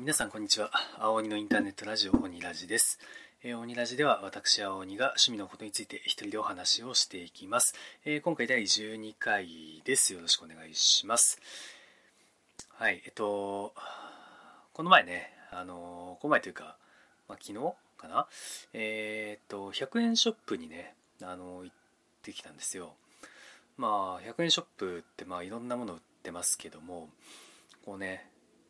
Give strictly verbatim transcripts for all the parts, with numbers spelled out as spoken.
皆さんこんにちは。青鬼のインターネットラジオ鬼ラジです。えー、鬼ラジでは私青鬼が趣味のことについて一人でお話をしていきます。えー、今回だいじゅうにかいです。よろしくお願いします。はい、えっとこの前ね、あのこの前というか、まあ、昨日かな、えー、っとひゃくえんショップにね、あの行ってきたんですよ。まあひゃくえんショップってまあいろんなもの売ってますけども、こうね、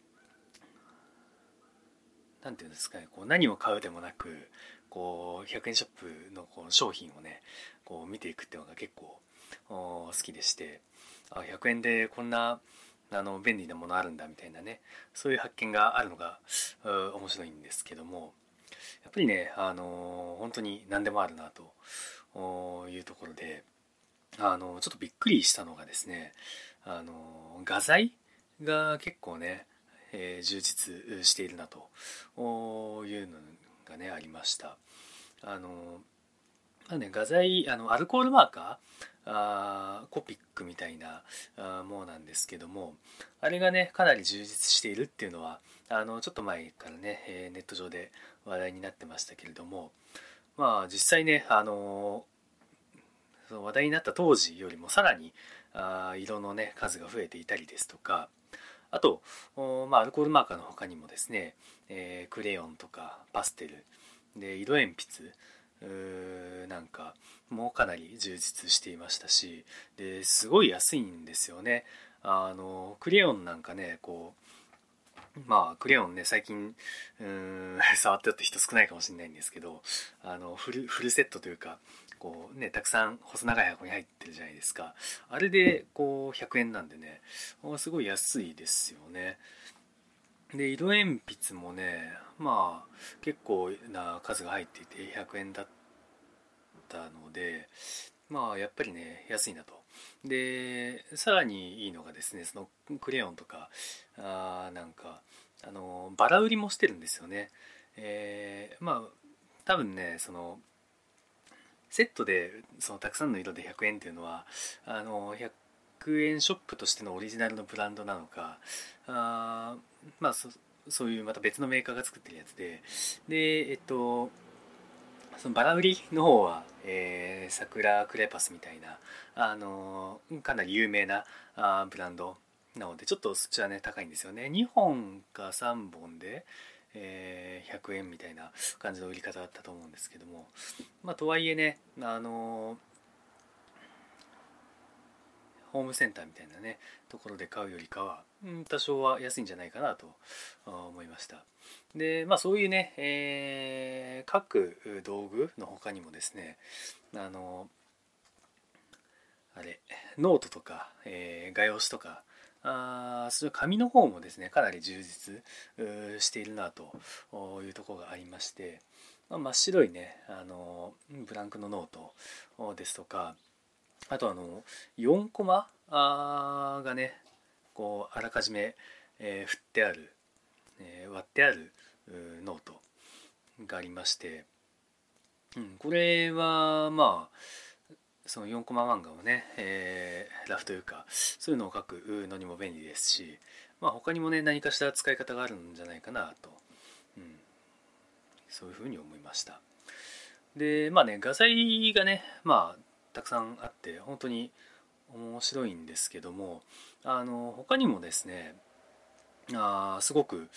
なんていうんですかね、こう何を買うでもなく、こうひゃくえんショップのこう商品をね、こう見ていくっていうのが結構好きでして、あ、ひゃくえんでこんなあの便利なものあるんだみたいなね、そういう発見があるのが面白いんですけども、やっぱりね、あの本当に何でもあるなというところで、あのちょっとびっくりしたのがですね、あの画材が結構ね、えー、充実しているなというのがねありました。あの、まあね、画材、あのアルコールマーカー、あーコピックみたいなあものなんですけども、あれがねかなり充実しているっていうのはあのちょっと前からね、えー、ネット上で話題になってましたけれども、まあ実際ね、あのその話題になった当時よりもさらにあ色のね数が増えていたりですとか、あと、まあ、アルコールマーカーの他にもですね、えー、クレヨンとかパステルで色鉛筆なんかもかなり充実していましたし、ですごい安いんですよね。あのクレヨンなんかね、こうまあクレヨンね最近うーん触ってるって人少ないかもしれないんですけど、あのフルフルセットというか、こうねたくさん細長い箱に入ってるじゃないですか。あれでこうひゃくえんなんでね、すごい安いですよね。で色鉛筆もね、まあ結構な数が入っていてひゃくえんだったので、まあやっぱりね安いなと。でさらにいいのがですね、そのクレヨンとかあなんかあのバラ売りもしてるんですよね。えー、まあ多分ね、そのセットでそのたくさんの色でひゃくえんっていうのはあのひゃくえんショップとしてのオリジナルのブランドなのか、あまあ そ, そういうまた別のメーカーが作ってるやつで、でえっとそのバラ売りの方は、えー、桜クレパスみたいなあのかなり有名なあブランドなので、ちょっとそっちはね高いんですよね。にほんかさんぼんで、えー、ひゃくえんみたいな感じの売り方だったと思うんですけども、まあとはいえね、あのホームセンターみたいなねところで買うよりかは、うん、多少は安いんじゃないかなと思いました。でまあそういうね、えー、各道具の他にもですね、あのあれノートとか、えー、画用紙とか、あそれ紙の方もですねかなり充実しているなというところがありまして、まあ、真っ白いねあのブランクのノートですとか、あとあのよんコマあがねこうあらかじめ、えー振ってある、えー割ってあるノートがありまして、うん、これはまあそのよんコマ漫画をね、えーラフというかそういうのを書くのにも便利ですし、まあ、他にもね何かしら使い方があるんじゃないかなと、うん、そういうふうに思いました。でまあね画材がねまあたくさんあって本当に面白いんですけども、あの他にもですね、あすごく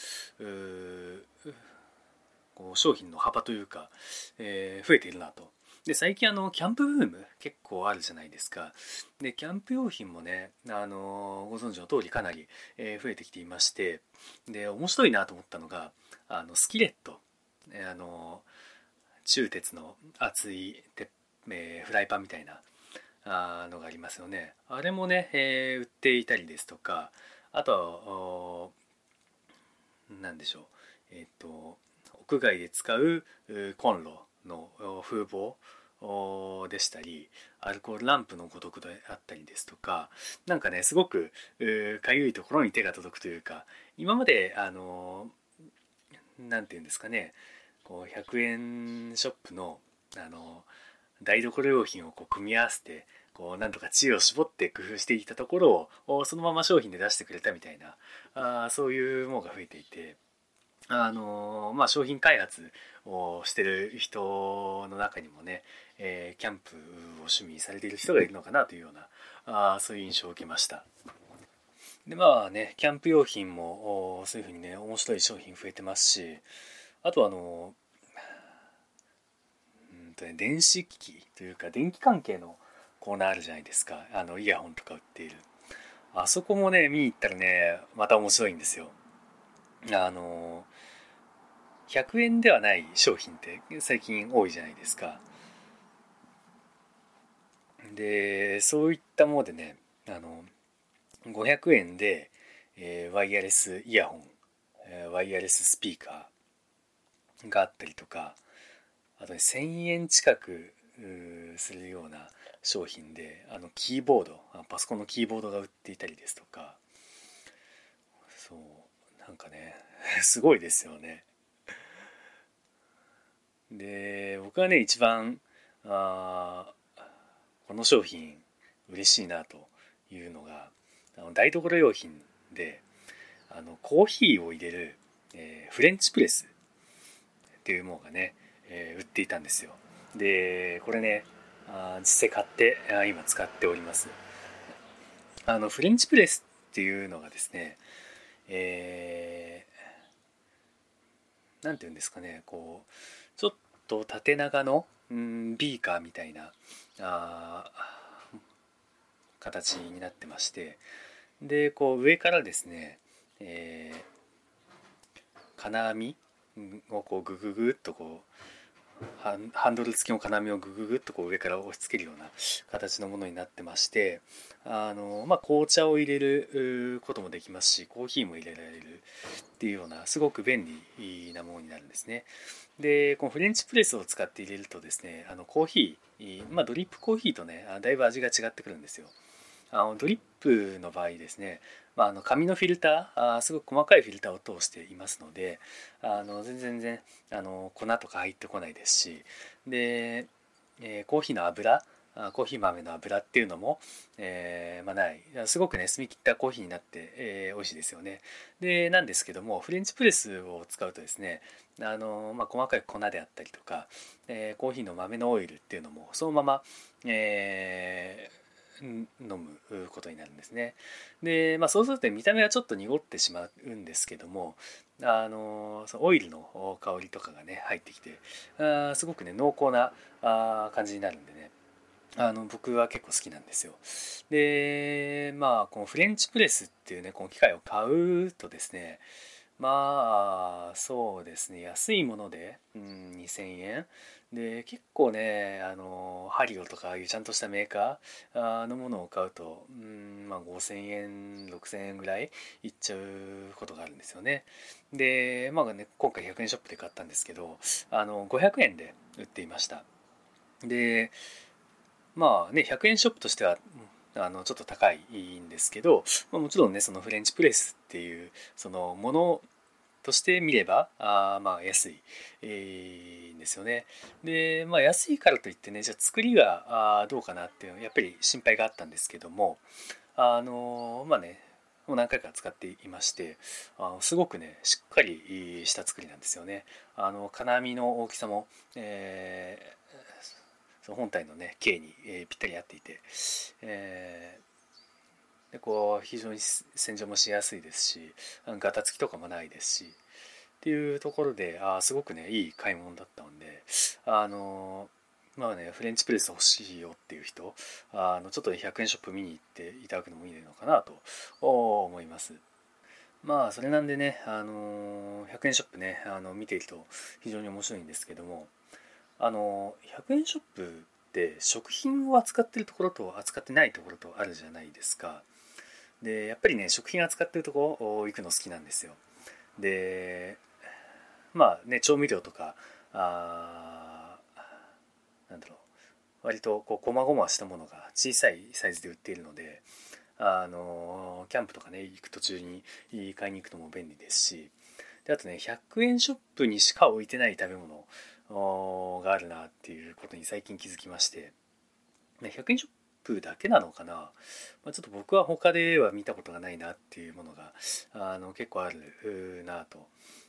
こう商品の幅というか、えー増えているなと。で最近あのキャンプブーム結構あるじゃないですか。でキャンプ用品もね、あのご存知の通りかなり、えー増えてきていまして、で面白いなと思ったのがあのスキレット、えーあの鋳鉄の厚い鉄、えーフライパンみたいなあのがありますよね。あれもね、えー売っていたりですとか、あとは何でしょう、えっ、と屋外で使うコンロの風防でしたり、アルコールランプのごとくであったりですとか、なんかねすごくかゆいところに手が届くというか、今まであのなんていうんですかね、こうひゃくえんショップのあの台所用品をこう組み合わせてこうなんとか知恵を絞って工夫していたところをそのまま商品で出してくれたみたいな、あそういうものが増えていて、 あのまあ、商品開発をしてる人の中にもね、えー、キャンプを趣味にされている人がいるのかなというような、あそういう印象を受けました。でまあね、キャンプ用品もそういう風にね、面白い商品増えてますし、あとあのうんとね、電子機器というか電気関係のコーナーあるじゃないですか。あのイヤホンとか売っている、あそこもね見に行ったらね、また面白いんですよ。あのひゃくえんではない商品って最近多いじゃないですか。でそういったものでね、あのごひゃくえんで、えーワイヤレスイヤホン、えーワイヤレススピーカーがあったりとか、あとねせんえん近くするような商品で、あのキーボード、パソコンのキーボードが売っていたりですとか、そうなんかねすごいですよね。で僕はね一番あこの商品嬉しいなというのが、あの台所用品で、あのコーヒーを入れる、えーフレンチプレスっていうものがね、えー売っていたんですよ。でこれね、あ実際買ってあ今使っております。あのフレンチプレスっていうのがですね、えー、なんていうんですかね、こうちょっと縦長の、うん、ビーカーみたいなあ形になってまして、でこう上からですね、えー金網をこうグググっとこうハンハンドル付きの金網をグググっとこう上から押し付けるような形のものになってまして、あの、まあ、紅茶を入れることもできますし、コーヒーも入れられるっていうようなすごく便利なものになるんですね。でこのフレンチプレスを使って入れるとですね、あのコーヒー、まあ、ドリップコーヒーとねだいぶ味が違ってくるんですよ。あのドリップの場合ですね、まあ、あの紙のフィルター、あすごく細かいフィルターを通していますので、あの全然全然あの粉とか入ってこないですし、で、えーコーヒーの油、コーヒー豆の油っていうのも、えーまあ、ない、すごくね澄み切ったコーヒーになって、えー美味しいですよね。でなんですけども、フレンチプレスを使うとですね、あの、まあ、細かい粉であったりとか、えーコーヒーの豆のオイルっていうのもそのまま、えー飲むことになるんですね。で、まあ、そうすると見た目はちょっと濁ってしまうんですけども、あのそのオイルの香りとかがね入ってきて、あすごくね濃厚なあ感じになるんでね、あの僕は結構好きなんですよ。でまあこのフレンチプレスっていうねこの機械を買うとですね、まあそうですね、安いもので、うん、にせんえんで、結構ねあのハリオとかああいうちゃんとしたメーカーのものを買うと、うん、まあ、ごせんえんろくせんえんぐらいいっちゃうことがあるんですよね。でまあね今回ひゃくえんショップで買ったんですけど、あのごひゃくえんで売っていました。でまあねひゃくえんショップとしてはあのちょっと高いんですけど、まあ、もちろんねそのフレンチプレスっていうそのものとして見ればあまあ安い、えー、んですよね。でまあ安いからといってね、じゃあ作りがあどうかなっていうのはやっぱり心配があったんですけども、あのまあねもう何回か使っていまして、あのすごくねしっかりした作りなんですよね。あの金網の大きさも、えーその本体のね径に、えーぴったり合っていて、えーでこう非常に洗浄もしやすいですし、ガタつきとかもないですしっていうところで、あすごくねいい買い物だったので、あのまあねフレンチプレス欲しいよっていう人、あのちょっとひゃくえんショップ見に行っていただくのもいいのかなと思います。まあそれなんでね、あのひゃくえんショップねあの見ていると非常に面白いんですけども、あのひゃくえんショップって食品を扱ってるところと扱ってないところとあるじゃないですか。でやっぱりね食品扱ってるところ行くの好きなんですよ。でまあね調味料とか、あなんだろう、割とこう細々したものが小さいサイズで売っているので、あのキャンプとかね行く途中に買いに行くのも便利ですし、であとねひゃくえんショップにしか置いてない食べ物があるなっていうことに最近気づきまして、ひゃくえんショップだけなのかな、まあ、ちょっと僕は他では見たことがないなっていうものがあの結構あるなと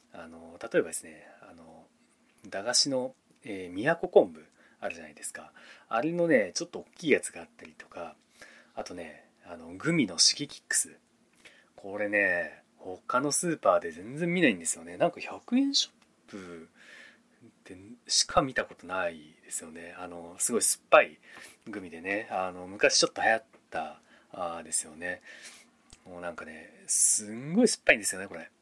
あの例えばですね、あの駄菓子の、えー、宮古昆布あるじゃないですか。あれのねちょっと大きいやつがあったりとか、あとねあのグミのシゲキックス、これね他のスーパーで全然見ないんですよね。なんかひゃくえんショップでしか見たことないですよね。あのすごい酸っぱいグミでね、あの昔ちょっと流行ったあですよね。もうなんかねすんごい酸っぱいんですよねこれ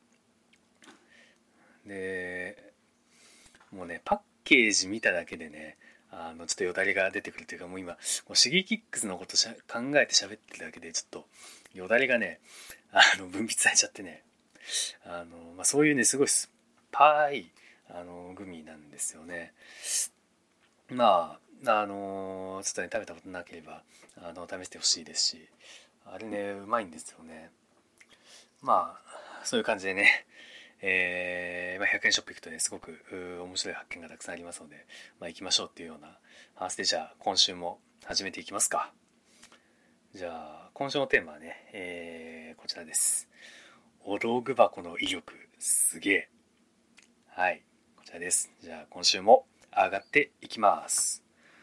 で。もうねパッケージ見ただけでね、あのちょっとよだれが出てくるというか、もう今もうシゲキックスのことしゃ考えて喋ってるだけでちょっとよだれがねあの分泌されちゃってね、あの、まあ、そういうねすごい酸っぱいあのグミなんですよね。まああのちょっとね食べたことなければあの試してほしいですし、あれねうまいんですよね。まあそういう感じでね、えーまあ、ひゃくえんショップ行くとねすごく面白い発見がたくさんありますので、まあ、行きましょうっていうような話で、じゃあ今週も始めていきますか。じゃあ今週のテーマはね、えーこちらです。お道具箱の威力すげえ。はい、こちらです。じゃあ今週も上がっていきます。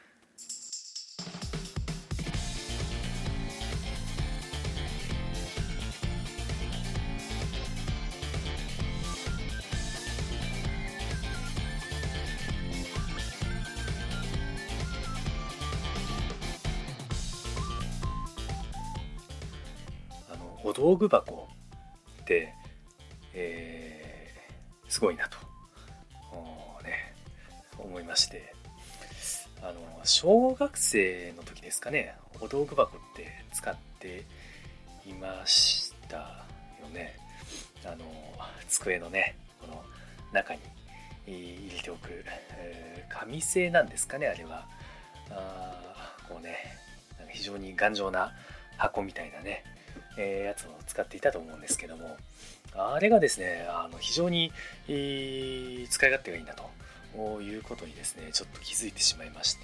あのお道具箱って、えーすごいなとね思いまして、あの小学生の時ですかね、お道具箱って使っていましたよね。あの机のねこの中に入れておく、えー紙製なんですかねあれは。あこうねなんか非常に頑丈な箱みたいなね、えーやつを使っていたと思うんですけども、あれがですねあの非常に、えー使い勝手がいいなということにですねちょっと気づいてしまいまして、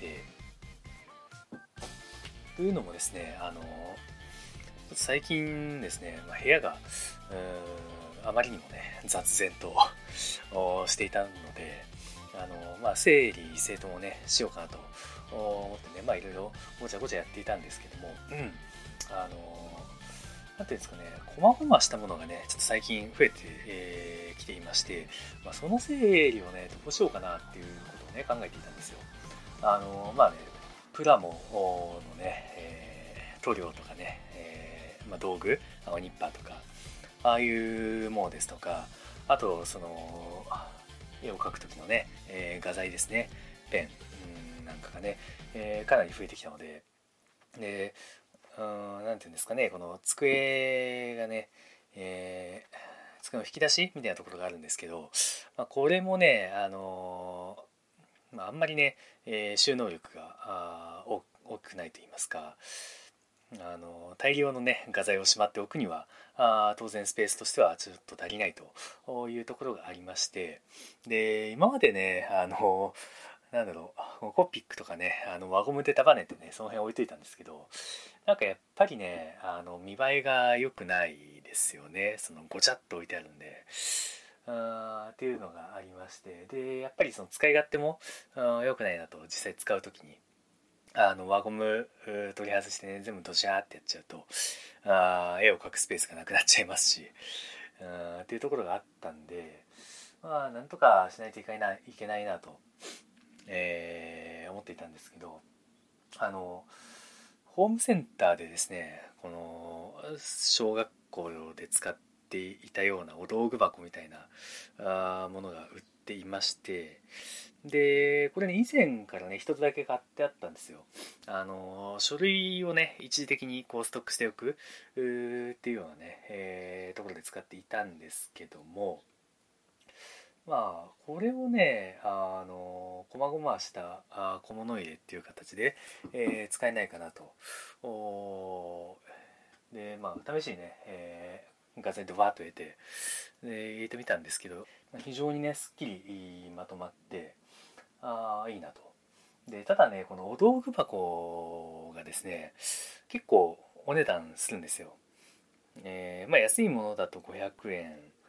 というのもですね、あの最近ですね、まあ、部屋がうーんあまりにもね雑然としていたので、あの、まあ、整理整頓をねしようかなと思ってね、まあいろいろごちゃごちゃやっていたんですけども、うん、あのなんていうんですかね、こまごましたものがねちょっと最近増えてき、えー、ていまして、まあ、その整理をねどうしようかなっていうことをね考えていたんですよ。あのまあねプラモのね、えー塗料とかね、えーまあ、道具青ニッパーとかああいうものですとか、あとその絵を描く時のね、えー画材ですね、ペンなんかがね、えーかなり増えてきたので、でうーんなんていうんですかね、この机がね、えー、机の引き出しみたいなところがあるんですけど、まあ、これもねあのーまあ、あんまりね、えー収納力があー大きくないと言いますか、あの大量のね画材をしまっておくにはあ当然スペースとしてはちょっと足りないというところがありまして、で今までねあのなんだろうコピックとかねあの輪ゴムで束ねてねその辺置いといたんですけど、なんかやっぱりねあの見栄えが良くないですよね、そのごちゃっと置いてあるんで。あっていうのがありまして、でやっぱりその使い勝手も良くないなと、実際使う時にあの輪ゴム取り外してね全部ドシャーってやっちゃうとあ絵を描くスペースがなくなっちゃいますし、あっていうところがあったんで、まあなんとかしないといけないいけないなと、えー思っていたんですけど、あのホームセンターでですねこの小学校で使っていたようなお道具箱みたいなあものが売っていまして、でこれね以前からね一つだけ買ってあったんですよ。あの書類をね一時的にこうストックしておくっていうようなね、えーところで使っていたんですけども、まあこれをねあのこまごましたあ小物入れっていう形で、えー使えないかなと。おでまあ試しにね、えー画材でバーッと入れてで入れてみたんですけど、非常にねすっきりまとまって、ああいいなと。でただねこのお道具箱がですね結構お値段するんですよ。えーまあ安いものだとごひゃくえん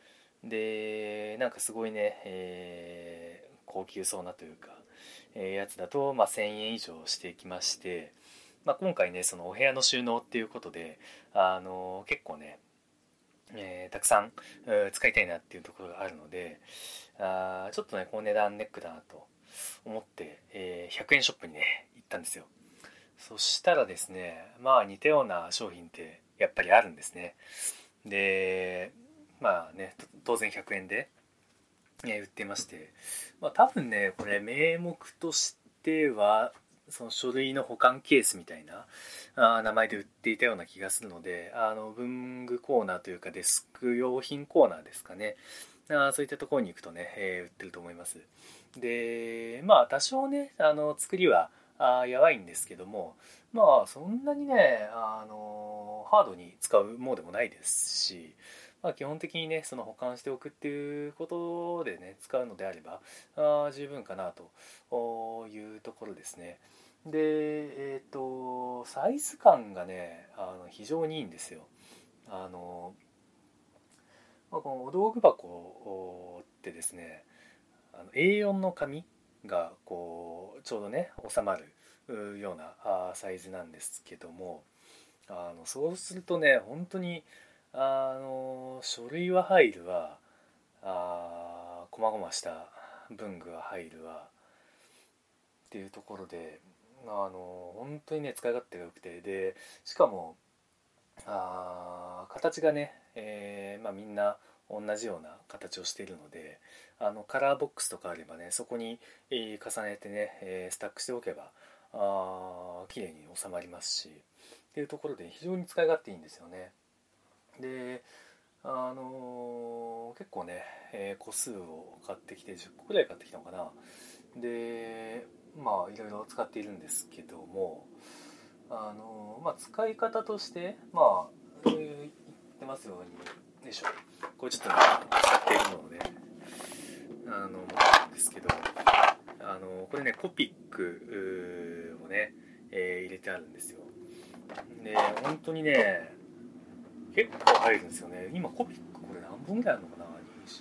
でなんかすごいね、えー高級そうなというか、えーやつだと、まあ、せんえん以上してきまして、まあ、今回ねそのお部屋の収納っていうことで、あの結構ね、えーたくさん使いたいなっていうところがあるので、あちょっとねこの値段ネックだなと思って、えーひゃくえんショップにね行ったんですよ。そしたらですね、まあ似たような商品ってやっぱりあるんですね。でまあね当然ひゃくえんで、えー売っていまして、まあ、多分ねこれ名目としてはその書類の保管ケースみたいなあ名前で売っていたような気がするので、あの文具コーナーというかデスク用品コーナーですかね、あそういったところに行くとね、えー売ってると思います。でまあ多少ねあの作りはあやばいんですけども、まあそんなにねあのハードに使うものでもないですし、まあ、基本的にねその保管しておくっていうことでね使うのであればあ十分かなというところですね。でえっ、ー、とサイズ感がねあの非常にいいんですよ。あの、まあ、このお道具箱ってですね、あの エーよん の紙がこうちょうどね収まるようなあサイズなんですけども、あのそうするとね本当にあの書類は入るわ、あこまごました文具は入るわっていうところで、あの本当にね使い勝手が良くて、でしかもあ形がね、えーまあ、みんな同じような形をしているので、あのカラーボックスとかあればねそこに、えー重ねてね、えースタックしておけばあ綺麗に収まりますしっていうところで非常に使い勝手いいんですよね。であのー結構ね、えー個数を買ってきてじゅっこくらい買ってきたのかな。でまあいろいろ使っているんですけども、あのーまあ使い方としてまあ、えー言ってますようによいしょこれちょっとね使っているのであの持ってるんですけど、あのーこれねコピックをね、えー入れてあるんですよ。で本当にね結構入るんですよね。今コピックこれ何本ぐらいあるのかな、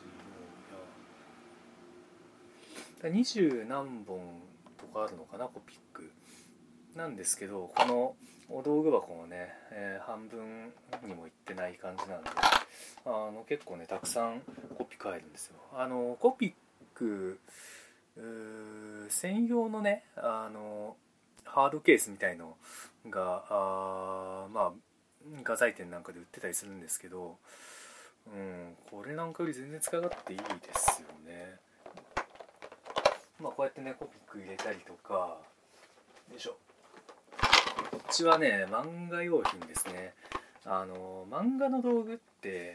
にじゅう何本とかあるのかなコピックなんですけど、このお道具箱もね、えー半分にもいってない感じなんで、あの結構ねたくさんコピック入るんですよ。あのコピック専用のねあのハードケースみたいのがあまあ画材店なんかで売ってたりするんですけど、うん、これなんかより全然使い勝手いいですよね。まあこうやってねコピック入れたりとか、よいしょ、こっちはね漫画用品ですね。あの漫画の道具って、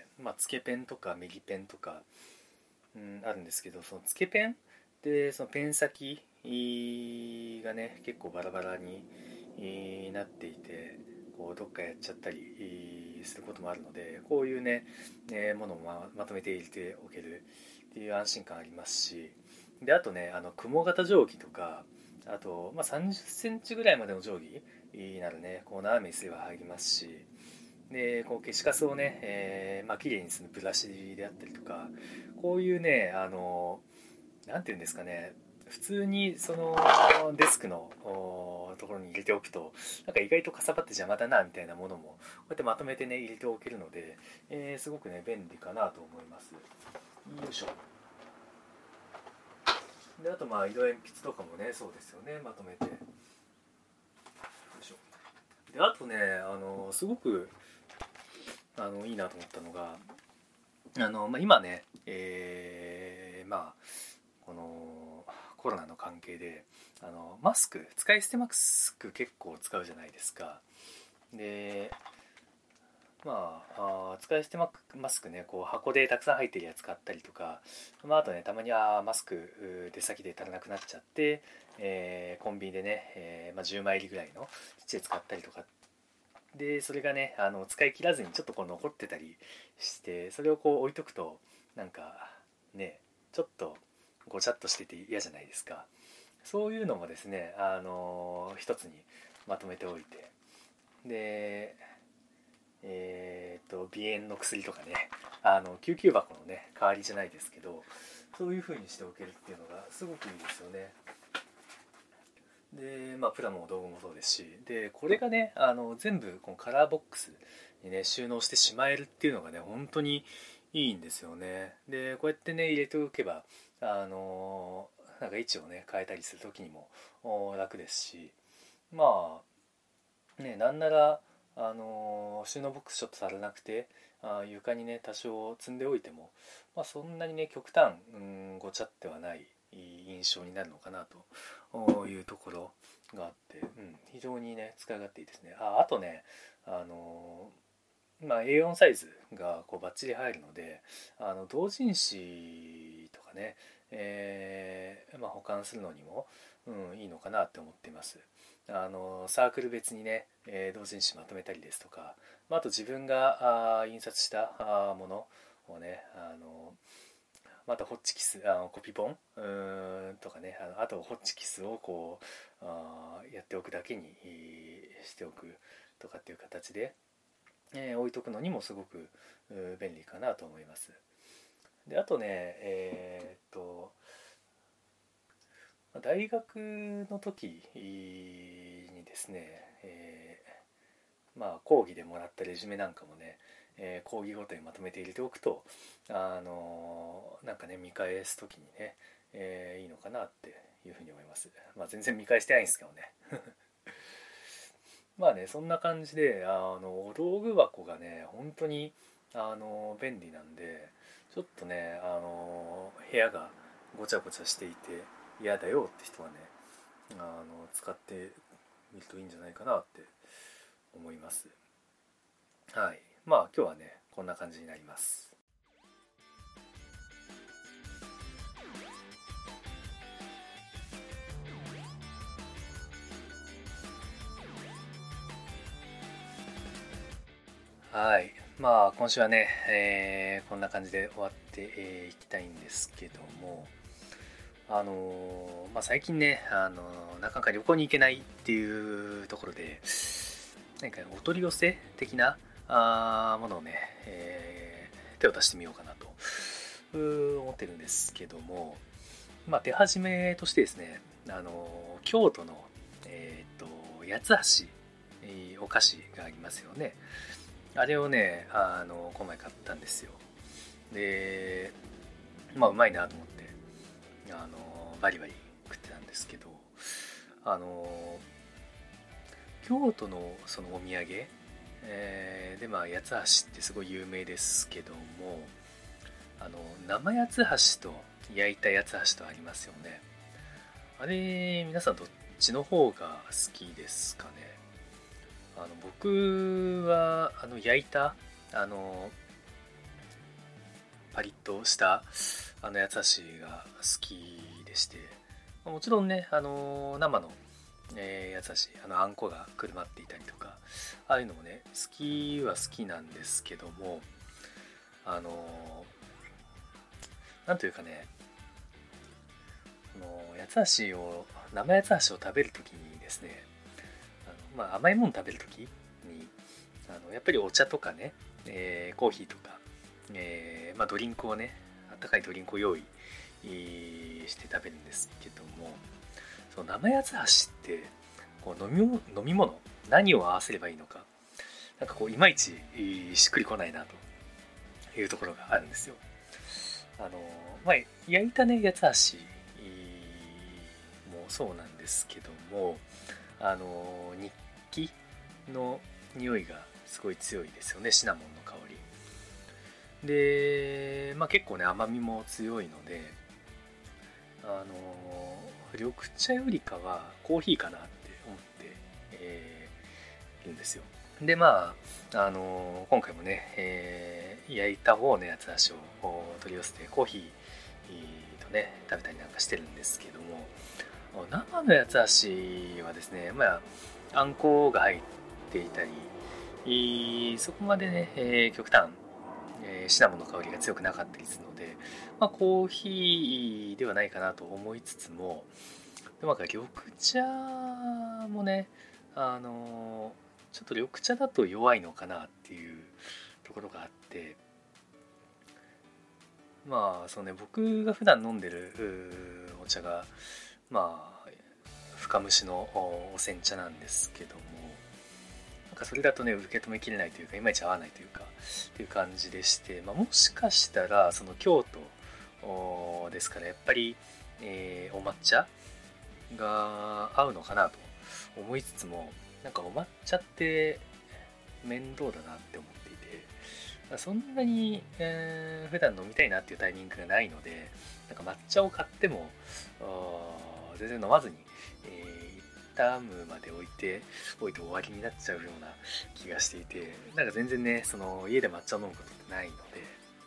まあ、つけペンとかメギペンとか、うん、あるんですけど、そのつけペンでそのペン先がね結構バラバラになっていて、こうどっかやっちゃったりすることもあるので、こういうね、ねものを ま, まとめて入れておけるっていう安心感ありますし、であとねあの雲型定規とか、あと、まあ、さんじゅっセンチぐらいまでの定規になるねこう斜めにすれば入りますし、でこう消しカスをね、えーまあ綺麗にするブラシであったりとか、こういうねあのなんていうんですかね、普通にそのデスクのところに入れておくとなんか意外とかさばって邪魔だなみたいなものもこうやってまとめてね入れておけるので、えーすごくね便利かなと思います。よいしょ。であとまあ色鉛筆とかもねそうですよね、まとめて。よいしょ。であとねあのすごくあのいいなと思ったのが、あの、まあ、今ね、えーまあこのコロナの関係であのマスク使い捨てマスク結構使うじゃないですか。でまあ、あ使い捨てマスクねこう箱でたくさん入ってるやつ買ったりとか、まあ、あとねたまにあマスク出先で足らなくなっちゃって、えーコンビニでね、えーまあ、じゅうまい入りぐらいのちっちゃい使ったりとかで、それがねあの使い切らずにちょっとこう残ってたりして、それをこう置いとくとなんかねちょっとごちゃっとしてて嫌じゃないですか。そういうのもですねあの一つにまとめておいて、でえー、と鼻炎の薬とかねあの救急箱のね代わりじゃないですけど、そういう風にしておけるっていうのがすごくいいですよね。でまあプラモ道具もそうですし、でこれがねあの全部このカラーボックスにね収納してしまえるっていうのがね本当にいいんですよね。でこうやってね入れておけばあのなんか位置をね変えたりする時にも楽ですし、まあねなんならあの収納ボックスちょっと足らなくてあ床にね多少積んでおいても、まあ、そんなにね極端うんごちゃってはない印象になるのかなというところがあって、うん、非常にね使い勝手いいですね。ああとねあのまあ、エーよん サイズがこうバッチリ入るので、あの同人誌とかね、えーまあ、保管するのにも、うん、いいのかなって思っています。あのサークル別にね、えー同人誌まとめたりですとか、まあ、あと自分があ印刷したあものをねあのまたホッチキスあのコピポンうーんとかね、あのあとホッチキスをこうあやっておくだけにしておくとかっていう形で、えー置いとくのにもすごく便利かなと思います。であとねえーっと大学の時にですね、えーまあ講義でもらったレジュメなんかもね、えー講義ごとにまとめて入れておくとあのなんかね見返す時にね、えーいいのかなっていうふうに思います。まあ全然見返してないんですけどねまあねそんな感じであの道具箱がね本当にあの便利なんで、ちょっとねあの部屋がごちゃごちゃしていて嫌だよって人はねあの使ってみるといいんじゃないかなって思います。はい、まあ今日はねこんな感じになります。はい、まあ今週はね、えーこんな感じで終わってい、えーきたいんですけども、あのーまあ、最近ね、あのーなかなか旅行に行けないっていうところで、何かお取り寄せ的なあーものをね、えー手を出してみようかなとうー思ってるんですけども、まあ、手始めとしてですね、あのー京都の、えーと八つ橋、えーお菓子がありますよね。あれをね、あのこの前買ったんですよ。でまあうまいなと思ってあのバリバリ食ってたんですけど、あの京都のそのお土産、えーでまあ八つ橋ってすごい有名ですけども、あの生八つ橋と焼いた八つ橋とありますよね。あれ皆さんどっちの方が好きですかね。あの僕はあの焼いたあのパリッとしたあの八つ橋が好きでして、もちろんねあの生の、えー、八つ橋あのあんこがくるまっていたりとかああいうのもね好きは好きなんですけども、あのなんというかね、この八つ橋を生八つ橋を食べるときにですね、あの、まあ、甘いもの食べるときにあのやっぱりお茶とかね、えーコーヒーとか、えーまあ、ドリンクをねあったかいドリンクを用意して食べるんですけども、その生八つ橋ってこう飲み飲み物何を合わせればいいのか、なんかこういまいちしっくりこないなというところがあるんですよ。あのまあ焼いたね八つ橋もそうなんですけども、あの日記の匂いがすごい強いですよね、シナモンの香りで、まあ、結構ね甘みも強いので、あの緑茶よりかはコーヒーかなって思って、えー、るんですよ。でまあ、あの今回もね、えー焼いた方の八つ橋を取り寄せてコーヒーとね食べたりなんかしてるんですけども、生の八つ橋はですね、まああんこが入っていたり、そこまでね、えー極端、えーシナモンの香りが強くなかったりするので、まあ、コーヒーではないかなと思いつつも、でもなんか緑茶もね、あのーちょっと緑茶だと弱いのかなっていうところがあって、 まあそうね、僕が普段飲んでるお茶がまあ深蒸しのお煎茶なんですけども、なんかそれだとね受け止めきれないというか、いまいち合わないというかっていう感じでして、まあ、もしかしたらその京都ですからやっぱり、えー、お抹茶が合うのかなと思いつつも、なんかお抹茶って面倒だなって思っていて、そんなに、えー、普段飲みたいなっていうタイミングがないので、なんか抹茶を買っても全然飲まずに、えー、タムまで置いておいて終わりになっちゃうような気がしていて、なんか全然ねその家で抹茶を飲むことってないので、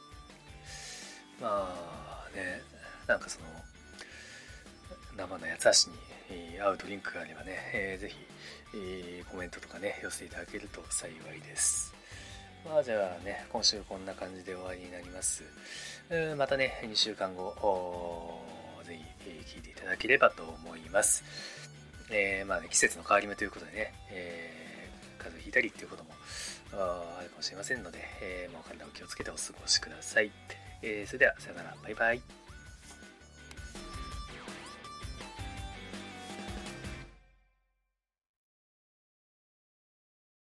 まあね、なんかその生の八つ橋に、えー、合うドリンクがあればね、えー、ぜひ、えー、コメントとかね寄せていただけると幸いです。まあじゃあね、今週こんな感じで終わりになります。またねにしゅうかんごぜひ聞いていただければと思います。えー、まあね、季節の変わり目ということでね、えー、風邪ひいたりっていうこともあるかもしれませんので、えー、もう体を気をつけてお過ごしください。えー、それではさよなら、バイバイ。